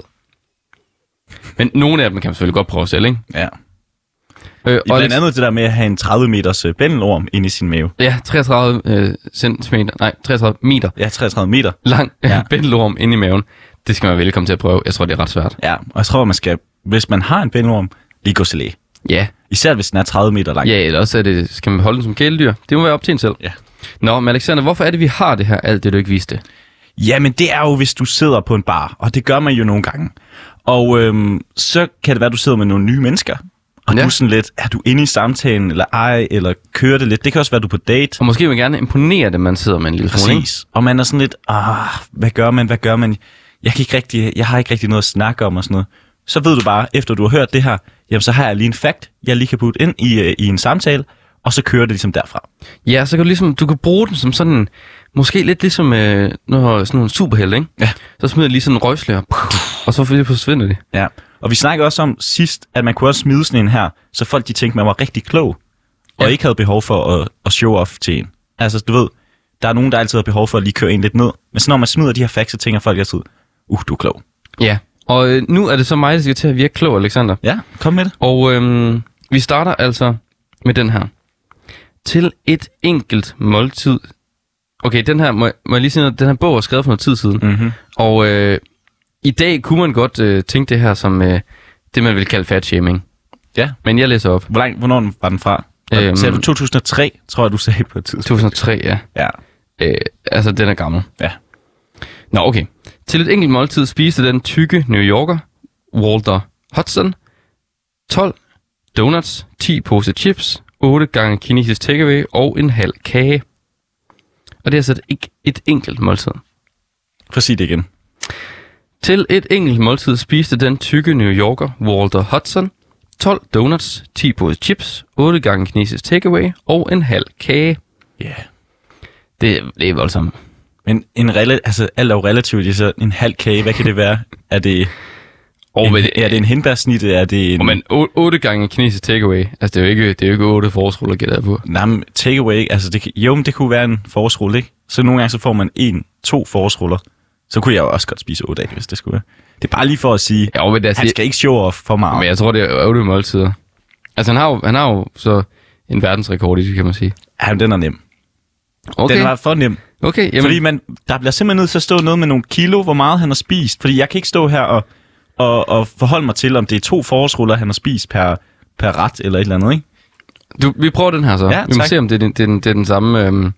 [SPEAKER 3] Men nogle af dem kan man selvfølgelig godt prøve selv, ikke?
[SPEAKER 2] Ja.
[SPEAKER 3] Øh,
[SPEAKER 2] I blandt andet det der med at have en tredive meters øh, bændelorm inde i sin mave.
[SPEAKER 3] Ja, treogtredive øh, centimeter, nej, treogtredive meter
[SPEAKER 2] Ja, treogtredive meter.
[SPEAKER 3] lang
[SPEAKER 2] Ja.
[SPEAKER 3] ja. bændelorm inde i maven. Det skal man velkommen til at prøve. Jeg tror, det er ret svært.
[SPEAKER 2] Ja, og jeg tror, man skal, hvis man har en bændelorm, lige gå til læge.
[SPEAKER 3] Ja,
[SPEAKER 2] Især hvis den er tredive meter lang.
[SPEAKER 3] ja, eller også er det, skal man holde den som kæledyr. Det må være op til en selv.
[SPEAKER 2] Ja.
[SPEAKER 3] Nå, men Alexander, hvorfor er det, vi har det her, alt det, du ikke vidste?
[SPEAKER 2] Jamen, det er jo, hvis du sidder på en bar, og det gør man jo nogle gange. Og øhm, så kan det være, at du sidder med nogle nye mennesker. Og ja. du er sådan lidt, er du inde i samtalen, eller ej, eller kører det lidt? Det kan også være, du er på date.
[SPEAKER 3] Og måske vil man gerne imponere det, man sidder med en lille smule, ikke?
[SPEAKER 2] Præcis. Og man er sådan lidt, ah, hvad gør man, hvad gør man? Jeg, kan ikke rigtig, jeg har ikke rigtig noget at snakke om og sådan noget. Så ved du bare, efter du har hørt det her, jamen så har jeg lige en fact, jeg lige kan putte ind i, øh, i en samtale, og så kører det ligesom derfra.
[SPEAKER 3] Ja, så kan du ligesom, du kan bruge den som sådan, måske lidt ligesom øh, når sådan nogle superhelte, ikke?
[SPEAKER 2] Ja.
[SPEAKER 3] Så smider de lige sådan en røgslør, og så forsvinder de.
[SPEAKER 2] Ja. Og vi snakker også om sidst, at man kunne også smide sådan en her, så folk de tænkte, man var rigtig klog, og
[SPEAKER 3] Ja.
[SPEAKER 2] ikke havde behov for at, at show off til en. Altså, du ved, der er nogen, der altid har behov for at lige køre en lidt ned. Men så når man smider de her facts, så tænker folk altid, uh, du er klog.
[SPEAKER 3] Ja, og øh, nu er det så mig, der skal til at virke klog, Alexander.
[SPEAKER 2] Ja, kom med det.
[SPEAKER 3] Og øhm, vi starter altså med den her. Til et enkelt måltid. Okay, den her, må, må jeg lige sige noget, den her bog er skrevet for noget tid siden.
[SPEAKER 2] Mm-hmm.
[SPEAKER 3] Og øh, i dag kunne man godt øh, tænke det her som øh, det, man vil kalde fatshaming.
[SPEAKER 2] Ja.
[SPEAKER 3] Men jeg læser op.
[SPEAKER 2] Hvor lang, hvornår var den fra?
[SPEAKER 3] Øhm,
[SPEAKER 2] Sagde du to tusind og tre, tror jeg, du sagde på et tidspunkt.
[SPEAKER 3] to tusind og tre, ja.
[SPEAKER 2] Ja.
[SPEAKER 3] Øh, altså, den er gammel.
[SPEAKER 2] Ja.
[SPEAKER 3] Nå, okay. Til et enkelt måltid spiste den tykke New Yorker, Walter Hudson, tolv donuts, ti pose chips, otte gange kinesisk takeaway og en halv kage. Og det er altså et, et enkelt måltid.
[SPEAKER 2] Prøv at sige det igen.
[SPEAKER 3] Til et enkelt måltid spiste den tykke New Yorker, Walter Hudson, tolv donuts, ti pose chips, otte gange kinesisk takeaway og en halv kage.
[SPEAKER 2] Ja. Yeah.
[SPEAKER 3] Det, det er voldsomt.
[SPEAKER 2] Men en rela- altså, alt er jo relativt. Så en halv kage, hvad kan det være? Er det,
[SPEAKER 3] Og
[SPEAKER 2] en,
[SPEAKER 3] med,
[SPEAKER 2] er det en hindbærsnitte? Er det en...
[SPEAKER 3] Og men otte gange kinesisk takeaway. Altså, det er jo ikke, det er jo ikke otte forårsruller, gætter jeg på.
[SPEAKER 2] Nej, men takeaway, altså det, kan- jo, men det kunne være en forårsrulle, ikke? Så nogle gange så får man en, to forårsruller. Så kunne jeg jo også godt spise otte af, hvis det skulle være. Det er bare lige for at sige,
[SPEAKER 3] Ja, men, altså,
[SPEAKER 2] han skal ikke show off for meget.
[SPEAKER 3] men jeg tror, det er otte måltider. Altså, han har jo, han har jo så en verdensrekord i det, kan man sige.
[SPEAKER 2] Ja, men den er nem.
[SPEAKER 3] Okay,
[SPEAKER 2] Den var for nem.
[SPEAKER 3] okay jamen,
[SPEAKER 2] Fordi man, der bliver simpelthen nødt til at stå noget med nogle kilo, hvor meget han har spist. Fordi jeg kan ikke stå her og, og, og forholde mig til, om det er to forårsruller, han har spist per, per ret eller et eller andet, ikke?
[SPEAKER 3] du, vi prøver den her så.
[SPEAKER 2] Ja,
[SPEAKER 3] vi må
[SPEAKER 2] tak.
[SPEAKER 3] se, om det er den, det er den, det er den, samme, øhm,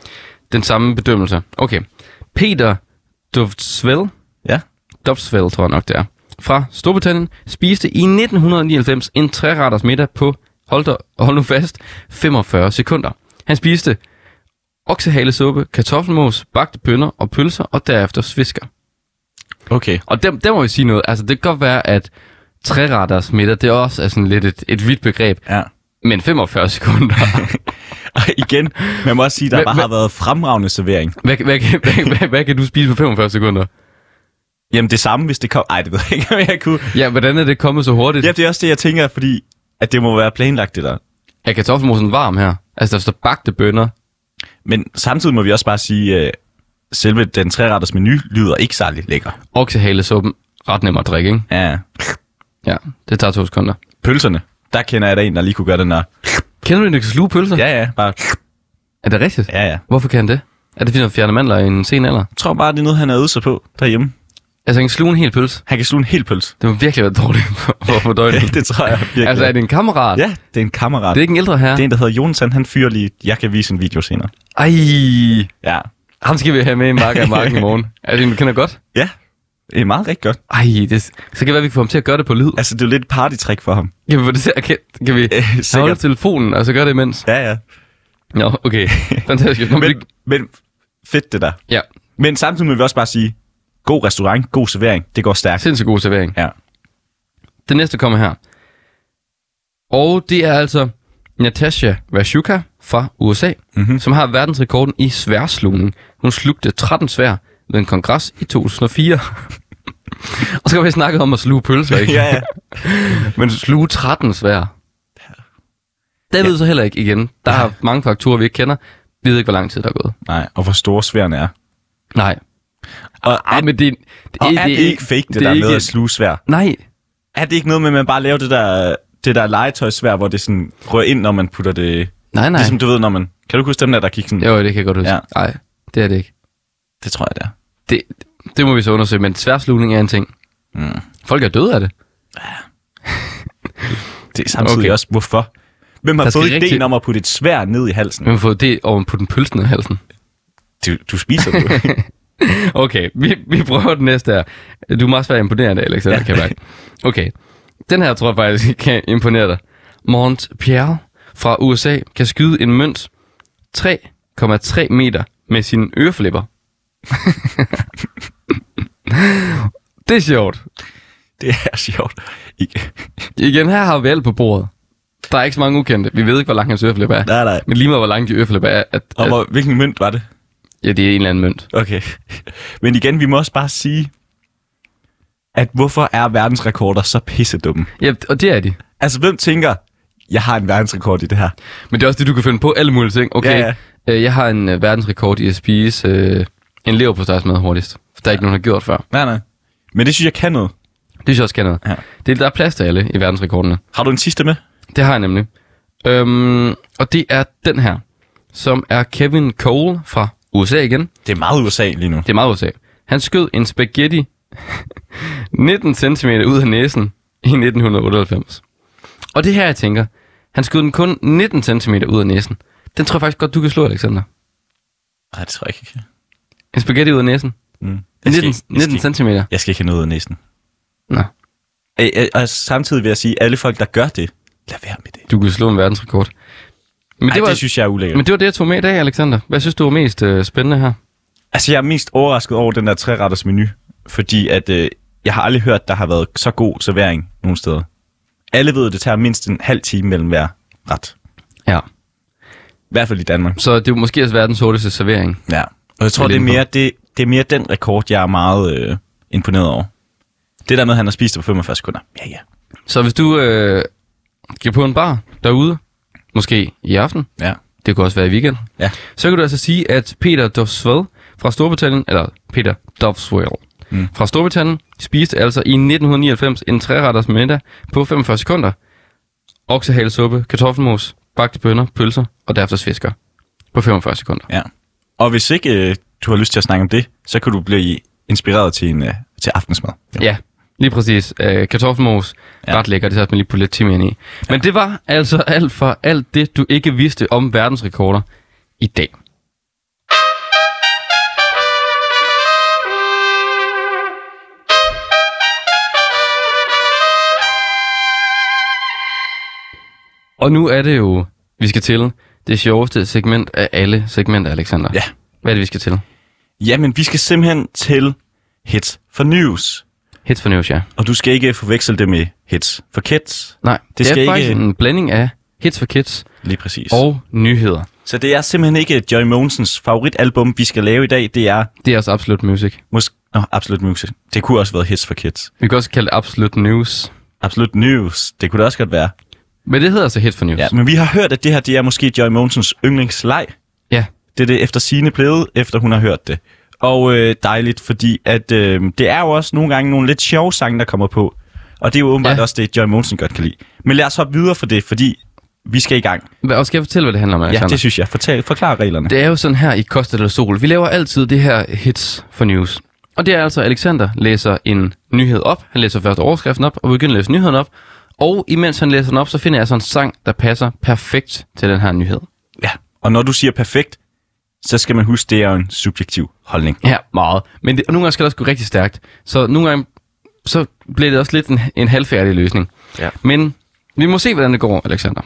[SPEAKER 3] den samme bedømmelse. Okay. Peter Dovsvel,
[SPEAKER 2] Ja.
[SPEAKER 3] Dovsvel tror jeg nok det er, fra Storbritannien, spiste i nitten nioghalvfems en tre-retters middag på, hold, der, hold nu fast, femogfyrre sekunder. Han spiste oksehalesuppe, kartoffelmos, bagte bønner og pølser, og derefter svisker.
[SPEAKER 2] Okay.
[SPEAKER 3] Og der, der må vi sige noget. Altså, det kan godt være, at tre-retters middag, det er også er sådan lidt et, et vidt begreb.
[SPEAKER 2] Ja.
[SPEAKER 3] Men femogfyrre sekunder.
[SPEAKER 2] Og igen, man må også sige, at der
[SPEAKER 3] Hva-
[SPEAKER 2] bare
[SPEAKER 3] hva-
[SPEAKER 2] har været fremragende servering.
[SPEAKER 3] hvad, hvad, hvad, hvad, hvad, hvad kan du spise på femogfyrre sekunder?
[SPEAKER 2] Jamen det samme, hvis det kom... Ej, det ved jeg ikke, om jeg kunne...
[SPEAKER 3] Ja, hvordan er det kommet så hurtigt?
[SPEAKER 2] Ja, det er også det, jeg tænker, fordi at det må være planlagt, det der.
[SPEAKER 3] Er kartoffelmosen varm her? Altså, der står bagte bønner.
[SPEAKER 2] Men samtidig må vi også bare sige, at selve den tre-retters menu lyder ikke særlig lækker.
[SPEAKER 3] Oksehalesuppen, ret nem at drikke, ikke?
[SPEAKER 2] Ja.
[SPEAKER 3] Ja, det tager to sekunder.
[SPEAKER 2] Pølserne, der kender jeg da en, der lige kunne gøre den der.
[SPEAKER 3] Kender du en, der kan sluge pølser?
[SPEAKER 2] Ja, ja, bare...
[SPEAKER 3] Er det rigtigt?
[SPEAKER 2] Ja, ja.
[SPEAKER 3] Hvorfor kan han det? Er det fordi, han fjerner mandler i en sen alder?
[SPEAKER 2] Jeg tror bare, det er noget, han har øvet sig på derhjemme.
[SPEAKER 3] Altså, han kan sluge en hel pølse.
[SPEAKER 2] Han kan sluge en hel pølse.
[SPEAKER 3] Det må virkelig være dårligt for, for, for døgnet.
[SPEAKER 2] det tror jeg virkelig.
[SPEAKER 3] Altså, er det en kammerat?
[SPEAKER 2] Ja, det er en kammerat.
[SPEAKER 3] Det er ikke en ældre herre?
[SPEAKER 2] Det er en, der hedder Jonathan. Han fyrer lige... Jeg kan vise en video senere.
[SPEAKER 3] Ej,
[SPEAKER 2] Ja.
[SPEAKER 3] ham skal vi have med i Marker i Marken i morgen. Er det en, du kender godt?
[SPEAKER 2] Ja, det er meget rigtig godt.
[SPEAKER 3] Ej, det, så kan det være, vi kan få ham til at gøre det på lyd.
[SPEAKER 2] Altså, det er jo lidt et partytrick for ham.
[SPEAKER 3] Kan vi få det til at kan, kan vi
[SPEAKER 2] Øh,
[SPEAKER 3] holde
[SPEAKER 2] sikkert.
[SPEAKER 3] telefonen, og så gøre det imens?
[SPEAKER 2] Ja, ja.
[SPEAKER 3] Nå, okay. Fantastisk. Nå, men,
[SPEAKER 2] Men, men fedt det der.
[SPEAKER 3] ja,
[SPEAKER 2] Men samtidig må vi også bare sige, god restaurant, god servering, det går stærkt.
[SPEAKER 3] sindssygt god servering.
[SPEAKER 2] Ja.
[SPEAKER 3] Det næste kommer her. Og det er altså Natasha Rashuka fra U S A, mm-hmm. som har verdensrekorden i sværslugning. Hun slugte tretten svær ved en kongres i to tusind og fire. Og så kan vi snakke om at sluge pølser, ikke?
[SPEAKER 2] ja, ja.
[SPEAKER 3] Men sluge tretten svær. Det ved vi så heller ikke igen. Der er mange faktorer, vi ikke kender. Vi ved ikke, hvor lang tid der er gået.
[SPEAKER 2] Nej, og hvor store sværene er.
[SPEAKER 3] Nej.
[SPEAKER 2] Og
[SPEAKER 3] Ej,
[SPEAKER 2] er,
[SPEAKER 3] men det, det,
[SPEAKER 2] og er det ikke fake, det,
[SPEAKER 3] det
[SPEAKER 2] der
[SPEAKER 3] er
[SPEAKER 2] med
[SPEAKER 3] ikke-
[SPEAKER 2] at sluge svær?
[SPEAKER 3] Nej.
[SPEAKER 2] Er det ikke noget med, at man bare laver det der, det der legetøjsvær, hvor det sådan rører ind, når man putter det...
[SPEAKER 3] Nej, nej.
[SPEAKER 2] Ligesom du ved, når man... Kan du huske dem der, der gik sådan...
[SPEAKER 3] Jo, det kan jeg godt huske.
[SPEAKER 2] Ja.
[SPEAKER 3] Nej, det er det ikke.
[SPEAKER 2] Det tror jeg, det er.
[SPEAKER 3] Det, det må vi så undersøge, men sværslugning er en ting.
[SPEAKER 2] Mm.
[SPEAKER 3] Folk er døde af det.
[SPEAKER 2] Det er samtidig
[SPEAKER 3] Okay.
[SPEAKER 2] okay. også, hvorfor? Hvem har
[SPEAKER 3] Der skal
[SPEAKER 2] fået ideen
[SPEAKER 3] rigtig-
[SPEAKER 2] om at putte et svær ned i halsen?
[SPEAKER 3] Men vi har fået det over på den pølse ned i halsen.
[SPEAKER 2] Du, du spiser det.
[SPEAKER 3] Okay, vi, vi prøver den næste her. Du må også være imponerende, Alexander,
[SPEAKER 2] Ja.
[SPEAKER 3] kan jeg mærke. Okay, den her tror jeg faktisk kan imponere dig. Montpierre fra U S A kan skyde en mønt tre komma tre meter med sine øreflipper. Det er sjovt.
[SPEAKER 2] Det er sjovt. Ikke?
[SPEAKER 3] Igen, her har vi alt på bordet. Der er ikke så mange ukendte. Vi ved ikke, hvor lang hans øreflipper er.
[SPEAKER 2] Nej, nej.
[SPEAKER 3] Men lige meget, hvor lang de øreflipper er. At,
[SPEAKER 2] Og
[SPEAKER 3] at,
[SPEAKER 2] hvor, hvilken mønt var det?
[SPEAKER 3] ja, det er en eller anden mønt.
[SPEAKER 2] Okay. Men igen, vi må også bare sige, at hvorfor er verdensrekorder så pissedumme?
[SPEAKER 3] Ja, og det er de.
[SPEAKER 2] Altså, hvem tænker, jeg har en verdensrekord i det her?
[SPEAKER 3] Men det er også det, du kan finde på alle mulige ting. Okay,
[SPEAKER 2] Ja,
[SPEAKER 3] ja. øh, jeg har en øh, verdensrekord i at spise øh, en leverpostejsmad hurtigst. For der er ikke nogen, der har gjort før.
[SPEAKER 2] Nej, nej. Men det synes jeg kan noget.
[SPEAKER 3] Det synes jeg også kan noget.
[SPEAKER 2] Ja.
[SPEAKER 3] Det, der er plads til alle i verdensrekordene.
[SPEAKER 2] Har du en sidste med?
[SPEAKER 3] Det har jeg nemlig. Øhm, og det er den her, som er Kevin Cole fra U S A igen.
[SPEAKER 2] Det er meget U S A lige nu.
[SPEAKER 3] Det er meget U S A. Han skød en spaghetti nitten centimeter ud af næsen i nitten otteoghalvfems. Og det her, jeg tænker, han skød den kun nitten centimeter ud af næsen. Den tror jeg faktisk godt, du kan slå, Alexander.
[SPEAKER 2] Nej, det tror jeg ikke.
[SPEAKER 3] En spaghetti ud af næsen.
[SPEAKER 2] Mm. Jeg skal,
[SPEAKER 3] nitten, nitten centimeter.
[SPEAKER 2] Jeg skal ikke have noget af næsen.
[SPEAKER 3] Nå.
[SPEAKER 2] Og, og samtidig vil jeg sige, alle folk, der gør det, lad være med det.
[SPEAKER 3] Du kunne slå en verdensrekord. Men
[SPEAKER 2] Ej,
[SPEAKER 3] det, var,
[SPEAKER 2] det synes jeg er ulækkert.
[SPEAKER 3] men det var det, jeg tog med i dag, Alexander. Hvad synes du var mest øh, spændende her?
[SPEAKER 2] Altså, jeg er mest overrasket over den der tre-retters menu, fordi at, øh, jeg har aldrig hørt, der har været så god servering nogen steder. Alle ved, at det tager mindst en halv time mellem hver ret.
[SPEAKER 3] Ja.
[SPEAKER 2] I hvert fald i Danmark.
[SPEAKER 3] Så det er måske også verdens hurtigste servering.
[SPEAKER 2] Ja. Og jeg tror, det er, mere, det, det er mere den rekord, jeg er meget øh, imponeret over. Det der med, at han har spist det på femogfyrre sekunder. Ja, ja.
[SPEAKER 3] Så hvis du øh, går på en bar derude, måske i aften,
[SPEAKER 2] Ja.
[SPEAKER 3] det kunne også være i weekend,
[SPEAKER 2] Ja.
[SPEAKER 3] så kan du altså sige, at Peter Dovswell fra Storbritannien, eller Peter Dovswell mm. fra Storbritannien, spiste altså i nitten nioghalvfems en tre-retters middag på femogfyrre sekunder. Oksehalesuppe, kartoffelmos, bagte bønner, pølser og derefter svisker på femogfyrre sekunder.
[SPEAKER 2] Ja. Og hvis ikke øh, du har lyst til at snakke om det, så kan du blive inspireret til, en, øh, til aftensmad.
[SPEAKER 3] Ja, ja lige præcis. Øh, kartoffelmos, ja. Ret lækker, det satte man lige på lidt timian i. Ja. Men det var altså alt for alt det, du ikke vidste om verdensrekorder i dag. Og nu er det jo, vi skal til det sjoveste segment af alle segmenter, Alexander.
[SPEAKER 2] Ja.
[SPEAKER 3] Hvad er det, vi skal til?
[SPEAKER 2] Jamen, vi skal simpelthen til Hits for News.
[SPEAKER 3] Hits for News, ja.
[SPEAKER 2] Og du skal ikke forveksle det med Hits for Kids.
[SPEAKER 3] Nej, det,
[SPEAKER 2] det
[SPEAKER 3] skal
[SPEAKER 2] er
[SPEAKER 3] ikke... faktisk
[SPEAKER 2] ikke...
[SPEAKER 3] en blanding af Hits for Kids
[SPEAKER 2] Lige præcis.
[SPEAKER 3] og nyheder.
[SPEAKER 2] Så det er simpelthen ikke Joy Mogensens favoritalbum, vi skal lave i dag. Det er...
[SPEAKER 3] Det er også Absolut Music.
[SPEAKER 2] Måske... Nå, Absolut Music. Det kunne også have været Hits for Kids.
[SPEAKER 3] Vi kan også kalde det Absolut News.
[SPEAKER 2] Absolut News. Det kunne det også godt være.
[SPEAKER 3] Men det hedder altså Hits for News.
[SPEAKER 2] Ja, men vi har hørt, at det her det er måske Joy Mogensens yndlingsleg.
[SPEAKER 3] Ja.
[SPEAKER 2] Det er det efter sine blevet, efter hun har hørt det. Og øh, dejligt, fordi at, øh, det er jo også nogle gange nogle lidt sjove sange, der kommer på. Og det er jo åbenbart ja. også det, Joy Mogensen godt kan lide. Men lad os hoppe videre for det, fordi vi skal i gang.
[SPEAKER 3] Og skal jeg fortælle, hvad det handler om, Alexander?
[SPEAKER 2] Ja, det synes jeg. Fortal, forklar reglerne.
[SPEAKER 3] Det er jo sådan her i Costa del Sol. Vi laver altid det her Hits for News. Og det er altså, Alexander læser en nyhed op. Han læser først overskriften op, og begynder at læse nyheden op. Og imens han læser den op, så finder jeg så en sang, der passer perfekt til den her nyhed.
[SPEAKER 2] Ja, og når du siger perfekt, så skal man huske, det er jo en subjektiv holdning.
[SPEAKER 3] Ja, meget. Men det, og nogle gange skal det også gå rigtig stærkt. Så nogle gange så bliver det også lidt en, en halvfærdig løsning.
[SPEAKER 2] Ja.
[SPEAKER 3] Men vi må se, hvordan det går, Alexander.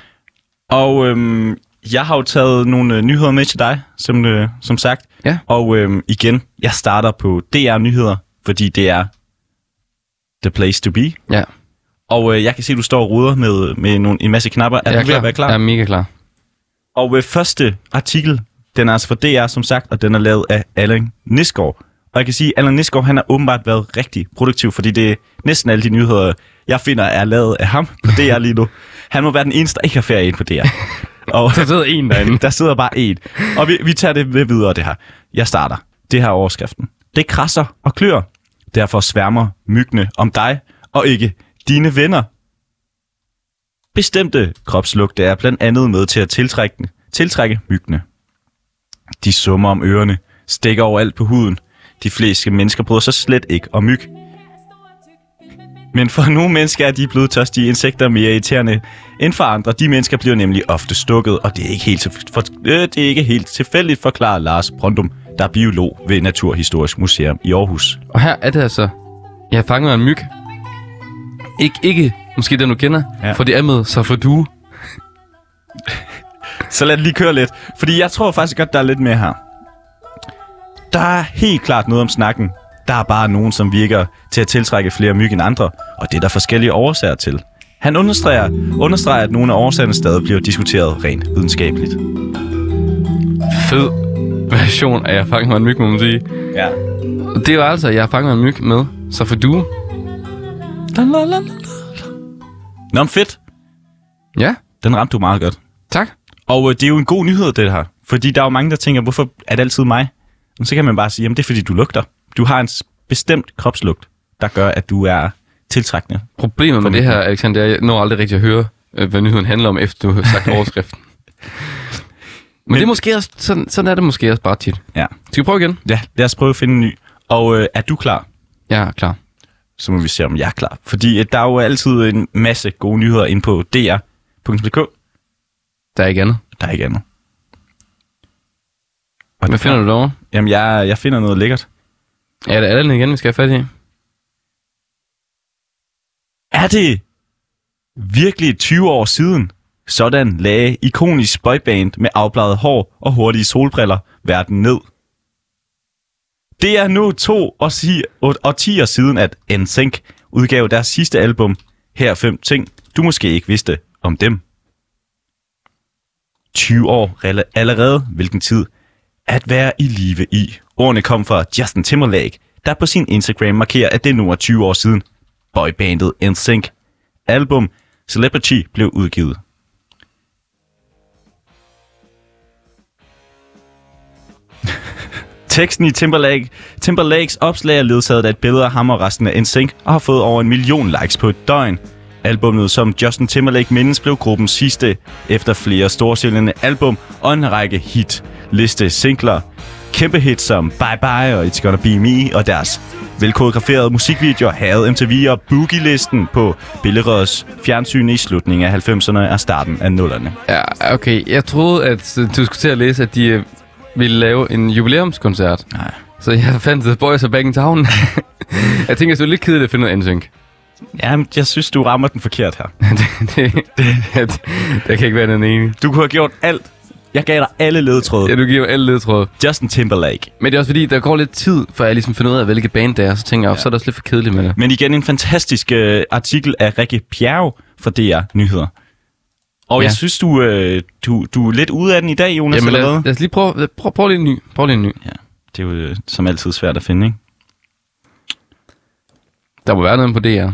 [SPEAKER 2] Og øhm, jeg har jo taget nogle øh, nyheder med til dig, som, øh, som sagt.
[SPEAKER 3] Ja.
[SPEAKER 2] Og øhm, igen, jeg starter på D R Nyheder, fordi det er the place to be.
[SPEAKER 3] Ja.
[SPEAKER 2] Og øh, jeg kan se, at du står og ruder med, med nogle, en masse knapper. Er
[SPEAKER 3] jeg
[SPEAKER 2] du ved at være klar?
[SPEAKER 3] Jeg er mega klar.
[SPEAKER 2] Og øh, første artikel, den er altså fra D R, som sagt, og den er lavet af Allan Nisgaard. Og jeg kan sige, at Allan Nisgaard, han har åbenbart været rigtig produktiv, fordi det er næsten alle de nyheder, jeg finder, er lavet af ham på D R lige nu. Han må være den eneste, der ikke har ferie ind på D R. Og
[SPEAKER 3] der sidder en derinde.
[SPEAKER 2] Der sidder bare en. Og vi, vi tager det med videre, det her. Jeg starter. Det her er overskriften. Det krasser og klør. Derfor sværmer myggene om dig, og ikke dine venner. Bestemte kropslugte er blandt andet med til at tiltrække, tiltrække myggene. De summer om ørerne, stikker overalt på huden. De fleste mennesker bryder sig slet ikke om myg. Men for nogle mennesker er de blodtørstige insekter mere irriterende end for andre. De mennesker bliver nemlig ofte stukket, og det er ikke helt, tilf- for, øh, det er ikke helt tilfældigt, forklarer Lars Brøndum, der er biolog ved Naturhistorisk Museum i Aarhus.
[SPEAKER 3] Og her er det altså, jeg har fanget en myg. Ik- ikke måske den, du kender, ja. For det er med så for du.
[SPEAKER 2] Så lad det lige køre lidt, fordi jeg tror faktisk godt, der er lidt mere her. Der er helt klart noget om snakken. Der er bare nogen, som virker til at tiltrække flere myg end andre, og det er der forskellige årsager til. Han understreger, understreger at nogle af årsagerne stadig bliver diskuteret rent videnskabeligt.
[SPEAKER 3] Fed version af jeg fanger en myg, må man sige.
[SPEAKER 2] Ja.
[SPEAKER 3] Det var altså, jeg fanger en myg med, så for du.
[SPEAKER 2] Nå, fedt.
[SPEAKER 3] Ja.
[SPEAKER 2] Den ramte du meget godt.
[SPEAKER 3] Tak.
[SPEAKER 2] Og øh, det er jo en god nyhed, det her. Fordi der er jo mange, der tænker, hvorfor er det altid mig? Men så kan man bare sige, jamen det er fordi, du lugter. Du har en bestemt kropslugt, der gør, at du er tiltrækkende.
[SPEAKER 3] Problemet med det her, Alexander, jeg når aldrig rigtig at høre, hvad nyheden handler om, efter du har sagt overskriften. Men, Men det er måske også, sådan, sådan er det måske også bare tit.
[SPEAKER 2] Ja.
[SPEAKER 3] Skal vi prøve igen?
[SPEAKER 2] Ja, lad os prøve at finde en ny. Og øh, er du klar?
[SPEAKER 3] Jeg er klar.
[SPEAKER 2] Så må vi se, om jeg er klar. Fordi øh, der er jo altid en masse gode nyheder inde på d r punktum d k.
[SPEAKER 3] Der er ikke andet.
[SPEAKER 2] Der er ikke andet.
[SPEAKER 3] Og hvad finder du derovre?
[SPEAKER 2] Jamen, jeg, jeg finder noget lækkert.
[SPEAKER 3] Er det Allan igen, vi skal have fat i?
[SPEAKER 2] Er det virkelig tyve år siden? Sådan lagde ikonisk boyband med afbladet hår og hurtige solbriller verden ned. Det er nu to årtier siden, at N Sync udgav deres sidste album. Her er fem ting, du måske ikke vidste om dem. tyve år allerede, hvilken tid at være i live i. Ordene kom fra Justin Timberlake, der på sin Instagram markerer, at det nu er tyve år siden boybandet N Sync album Celebrity blev udgivet. Teksten i Timberlake, Timberlakes opslag er ledsaget af et billede af ham og resten af N Sync og har fået over en million likes på et døgn. Albummet, som Justin Timberlake mindes, blev gruppens sidste efter flere storsælgende album og en række hit liste singler. Kæmpe hits som Bye Bye og It's Gonna Be Me og deres velkoreograferede musikvideoer havde M T V og Boogie-listen på Billeråds fjernsyn i slutningen af halvfemserne og starten af nullerne.
[SPEAKER 3] Ja, okay. Jeg troede, at du skulle til at læse, at de ville lave en jubilæumskoncert.
[SPEAKER 2] Nej.
[SPEAKER 3] Så jeg fandt The Boys are Back in Town. Jeg tænker, det er lidt kedeligt at finde noget N Sync.
[SPEAKER 2] Ja, jeg synes, du rammer den forkert her.
[SPEAKER 3] det, det, det, der kan ikke være den ene.
[SPEAKER 2] Du kunne have gjort alt. Jeg gav dig alle ledetråde.
[SPEAKER 3] Ja, du giver alle ledetråde.
[SPEAKER 2] Justin Timberlake.
[SPEAKER 3] Men det er også fordi, der går lidt tid, før jeg ligesom finder ud af, hvilket band det er. Så tænker jeg, ja. Så er det også lidt for kedeligt med det.
[SPEAKER 2] Men igen, en fantastisk uh, artikel af Rikke Bjerg for D R Nyheder. Og ja. jeg synes, du, uh, du, du er lidt ude af den i dag, Jonas.
[SPEAKER 3] Jamen,
[SPEAKER 2] eller
[SPEAKER 3] lad, lad os lige prøve, prøve, prøve lige en ny. Prøv lige en ny.
[SPEAKER 2] Ja, det er jo uh, som altid svært at finde, ikke?
[SPEAKER 3] Der må være noget på D R.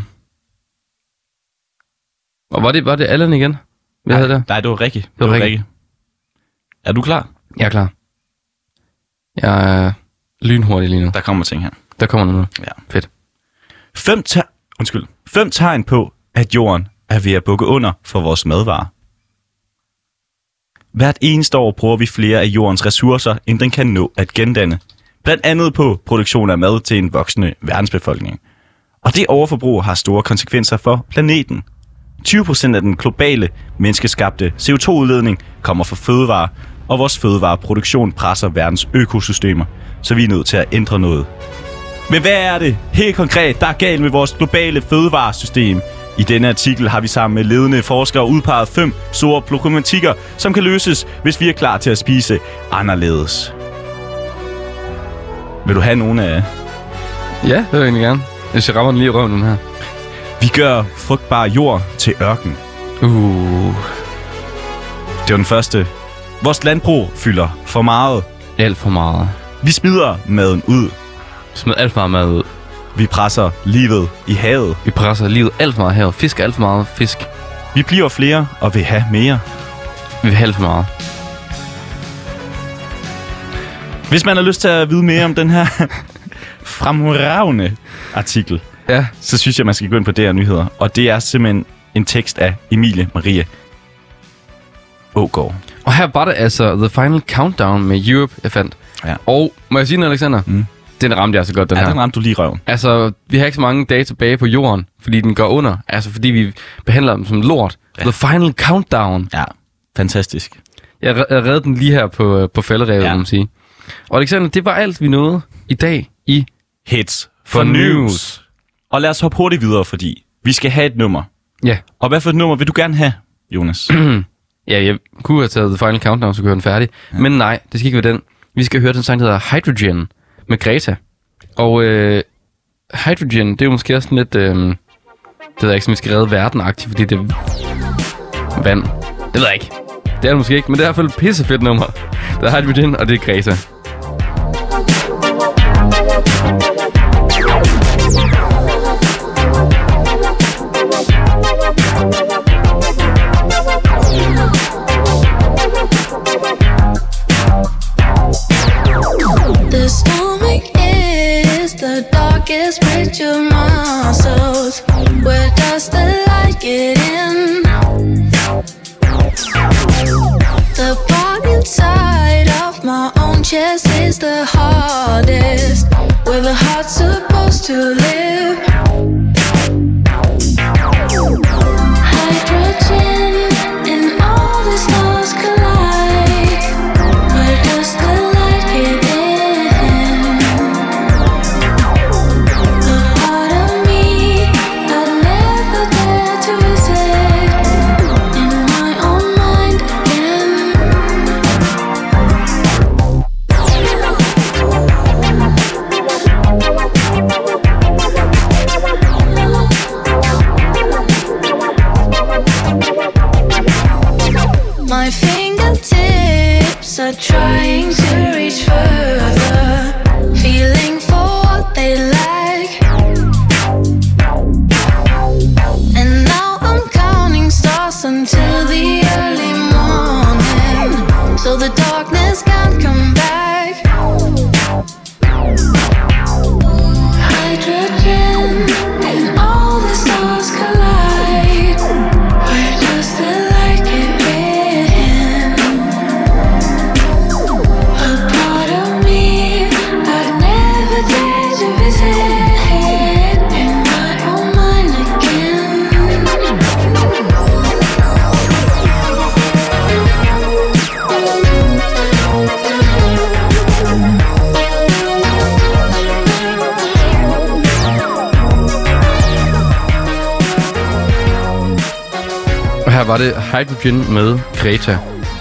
[SPEAKER 3] Og var det, var det Allan igen? Hvad
[SPEAKER 2] nej,
[SPEAKER 3] havde det?
[SPEAKER 2] nej, det var Rikke. Det,
[SPEAKER 3] det var Rikke.
[SPEAKER 2] Rikke. Er du klar?
[SPEAKER 3] Jeg er klar. Jeg er lynhurtig lige nu.
[SPEAKER 2] Der kommer ting her.
[SPEAKER 3] Der kommer noget.
[SPEAKER 2] Ja.
[SPEAKER 3] Fedt.
[SPEAKER 2] Fem, te- Undskyld. Fem tegn på, at jorden er ved at bukke under for vores madvarer. Hvert eneste år bruger vi flere af jordens ressourcer, end den kan nå at gendanne. Blandt andet på produktion af mad til en voksende verdensbefolkning. Og det overforbrug har store konsekvenser for planeten. tyve procent af den globale, menneskeskabte C O to udledning kommer fra fødevarer, og vores fødevareproduktion presser verdens økosystemer, så vi er nødt til at ændre noget. Men hvad er det helt konkret, der er galt med vores globale fødevaresystem? I denne artikel har vi sammen med ledende forskere udpeget fem store problematikker, som kan løses, hvis vi er klar til at spise anderledes. Vil du have nogle af...
[SPEAKER 3] Ja, det vil jeg egentlig gerne. Jeg rammer den lige i røven, den her.
[SPEAKER 2] Vi gør frugtbar jord til ørken.
[SPEAKER 3] Uh.
[SPEAKER 2] Det var den første. Vores landbrug fylder for meget.
[SPEAKER 3] Alt for meget.
[SPEAKER 2] Vi smider maden ud.
[SPEAKER 3] Smid alt for meget mad ud.
[SPEAKER 2] Vi presser livet i havet.
[SPEAKER 3] Vi presser livet alt for meget i havet. Fisk alt for meget fisk.
[SPEAKER 2] Vi bliver flere og vil have mere.
[SPEAKER 3] Vi vil have alt for meget.
[SPEAKER 2] Hvis man har lyst til at vide mere om den her fremragende artikel,
[SPEAKER 3] ja,
[SPEAKER 2] så synes jeg, man skal gå ind på D R Nyheder. Og det er simpelthen en tekst af Emilie Marie Ågaard.
[SPEAKER 3] Og her var det altså The Final Countdown med Europe, jeg fandt.
[SPEAKER 2] Ja.
[SPEAKER 3] Og må jeg sige noget, Alexander?
[SPEAKER 2] Mm.
[SPEAKER 3] Den ramte jeg så godt, den
[SPEAKER 2] ja,
[SPEAKER 3] her.
[SPEAKER 2] den ramte du lige røven.
[SPEAKER 3] Altså, vi har ikke så mange dage tilbage på jorden, fordi den går under. Altså, fordi vi behandler dem som lort. Ja. The Final Countdown.
[SPEAKER 2] Ja, fantastisk.
[SPEAKER 3] Jeg, jeg redde den lige her på, på falderevet, ja. Må man sige. Og Alexander, det var alt, vi nåede i dag i
[SPEAKER 2] Hits for, for news. news. Og lad os hoppe hurtigt videre, fordi vi skal have et nummer.
[SPEAKER 3] Ja.
[SPEAKER 2] Og hvad for et nummer vil du gerne have, Jonas?
[SPEAKER 3] Ja, jeg kunne have taget The Final Countdown, så kunne jeg den færdig. Ja. Men nej, det skal ikke være den. Vi skal høre den sang, der hedder Hydrogen med Greta. Og øh, Hydrogen, det er jo måske også lidt... Øh, det ved jeg ikke, som vi skal redde verden-agtigt, fordi det er vand. Det ved jeg ikke. Det er det måske ikke, men det er i hvert fald et pissefedt nummer. Der er Hydrogen, og det er Greta.
[SPEAKER 6] The stomach is the darkest bridge of my soul. Where does the light get in? The part inside of my own chest is the hardest. Where the heart's supposed to live. Hydrogen and all the stars collide. Where does the light get in?
[SPEAKER 3] Her var det Hydrogen med Greta.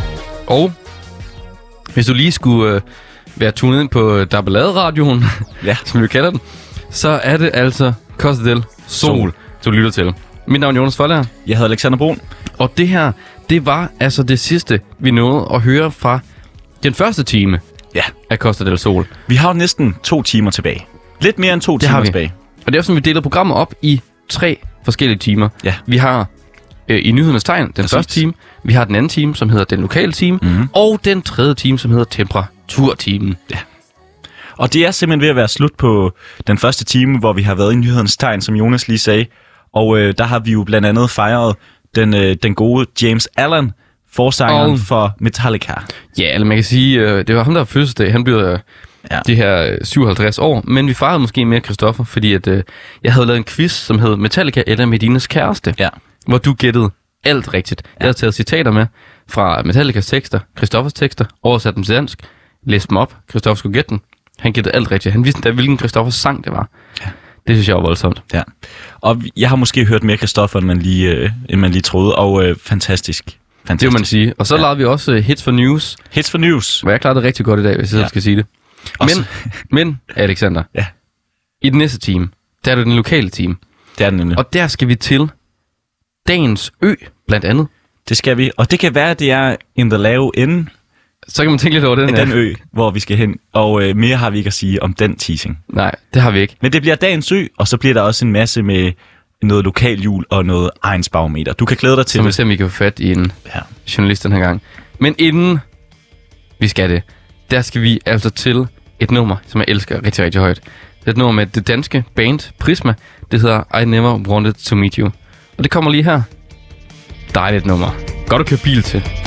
[SPEAKER 3] Og hvis du lige skulle øh, være tunet ind på Dabbalade-radioen,
[SPEAKER 2] Ja.
[SPEAKER 3] som vi kalder den, så er det altså Costa del Sol,
[SPEAKER 2] Sol.
[SPEAKER 3] du lytter til. Mit navn er Jonas Foldager.
[SPEAKER 2] Jeg hedder Alexander Brun.
[SPEAKER 3] Og det her, det var altså det sidste, vi nåede at høre fra den første time
[SPEAKER 2] Ja.
[SPEAKER 3] af Costa del Sol.
[SPEAKER 2] Vi har jo næsten to timer tilbage. Lidt mere end to
[SPEAKER 3] Det
[SPEAKER 2] timer
[SPEAKER 3] har vi.
[SPEAKER 2] tilbage.
[SPEAKER 3] Og det er sådan, vi deler programmet op i tre forskellige timer.
[SPEAKER 2] Ja.
[SPEAKER 3] Vi har øh, i nyhedernes tegn den
[SPEAKER 2] Præcis.
[SPEAKER 3] første time. Vi har den anden time, som hedder den lokale time.
[SPEAKER 2] Mhm.
[SPEAKER 3] Og den tredje time, som hedder temperaturtimen.
[SPEAKER 2] Og det er simpelthen ved at være slut på den første time, hvor vi har været i nyhedernes tegn, som Jonas lige sagde. Og øh, der har vi jo blandt andet fejret den, øh, den gode James Allen, forsangeren
[SPEAKER 3] Og-
[SPEAKER 2] for Metallica.
[SPEAKER 3] Ja, eller man kan sige, øh, det var ham, der var fødselsdag. Han blev øh,
[SPEAKER 2] Ja.
[SPEAKER 3] det her øh, syvoghalvtreds år. Men vi fejrede måske mere Christoffer, fordi at, øh, jeg havde lavet en quiz, som hed Metallica eller Medinas kæreste.
[SPEAKER 2] Ja.
[SPEAKER 3] Hvor du gættede alt rigtigt. Jeg havde taget citater med fra Metallicas tekster, Christoffers tekster, oversat dem til dansk, læste dem op, Christoffer skulle gætte den. Han gættede alt rigtigt. Han vidste endda, hvilken Christoffers sang det var. Ja. Det synes jeg var voldsomt.
[SPEAKER 2] Ja. Og jeg har måske hørt mere Christoffer, end man lige, øh, end man lige troede. Og øh, fantastisk. Fantastisk.
[SPEAKER 3] Det må man sige. Og så ja. lavede vi også uh, Hits for News,
[SPEAKER 2] Hits for News.
[SPEAKER 3] hvor jeg klarede det rigtig godt i dag, hvis jeg
[SPEAKER 2] Ja.
[SPEAKER 3] ja. skal sige det.
[SPEAKER 2] Også-
[SPEAKER 3] Men, men Alexander,
[SPEAKER 2] Ja.
[SPEAKER 3] i den næste time, der er det den lokale time.
[SPEAKER 2] Det er det nemlig. Og
[SPEAKER 3] Og der skal vi til Dagens Ø, blandt andet.
[SPEAKER 2] det skal vi. Og det kan være, at det er in the lave ende
[SPEAKER 3] Så kan man tænke lidt over den
[SPEAKER 2] af
[SPEAKER 3] her.
[SPEAKER 2] den ø, hvor vi skal hen. Og øh, mere har vi ikke at sige om den teasing.
[SPEAKER 3] Nej, det har vi ikke.
[SPEAKER 2] Men det bliver dagens ø, og så bliver der også en masse med noget lokal jul og noget egensbarometer. Du kan glæde dig til
[SPEAKER 3] Så vi
[SPEAKER 2] det.
[SPEAKER 3] ser, om vi kan få fat i en
[SPEAKER 2] Ja.
[SPEAKER 3] journalist den her gang. Men inden vi skal det, der skal vi altså til et nummer, som jeg elsker rigtig, rigtig højt. Det er et nummer med det danske band Prisma. Det hedder I Never Wanted to Meet You. Og det kommer lige her. Dejligt nummer. Godt at køre bil til.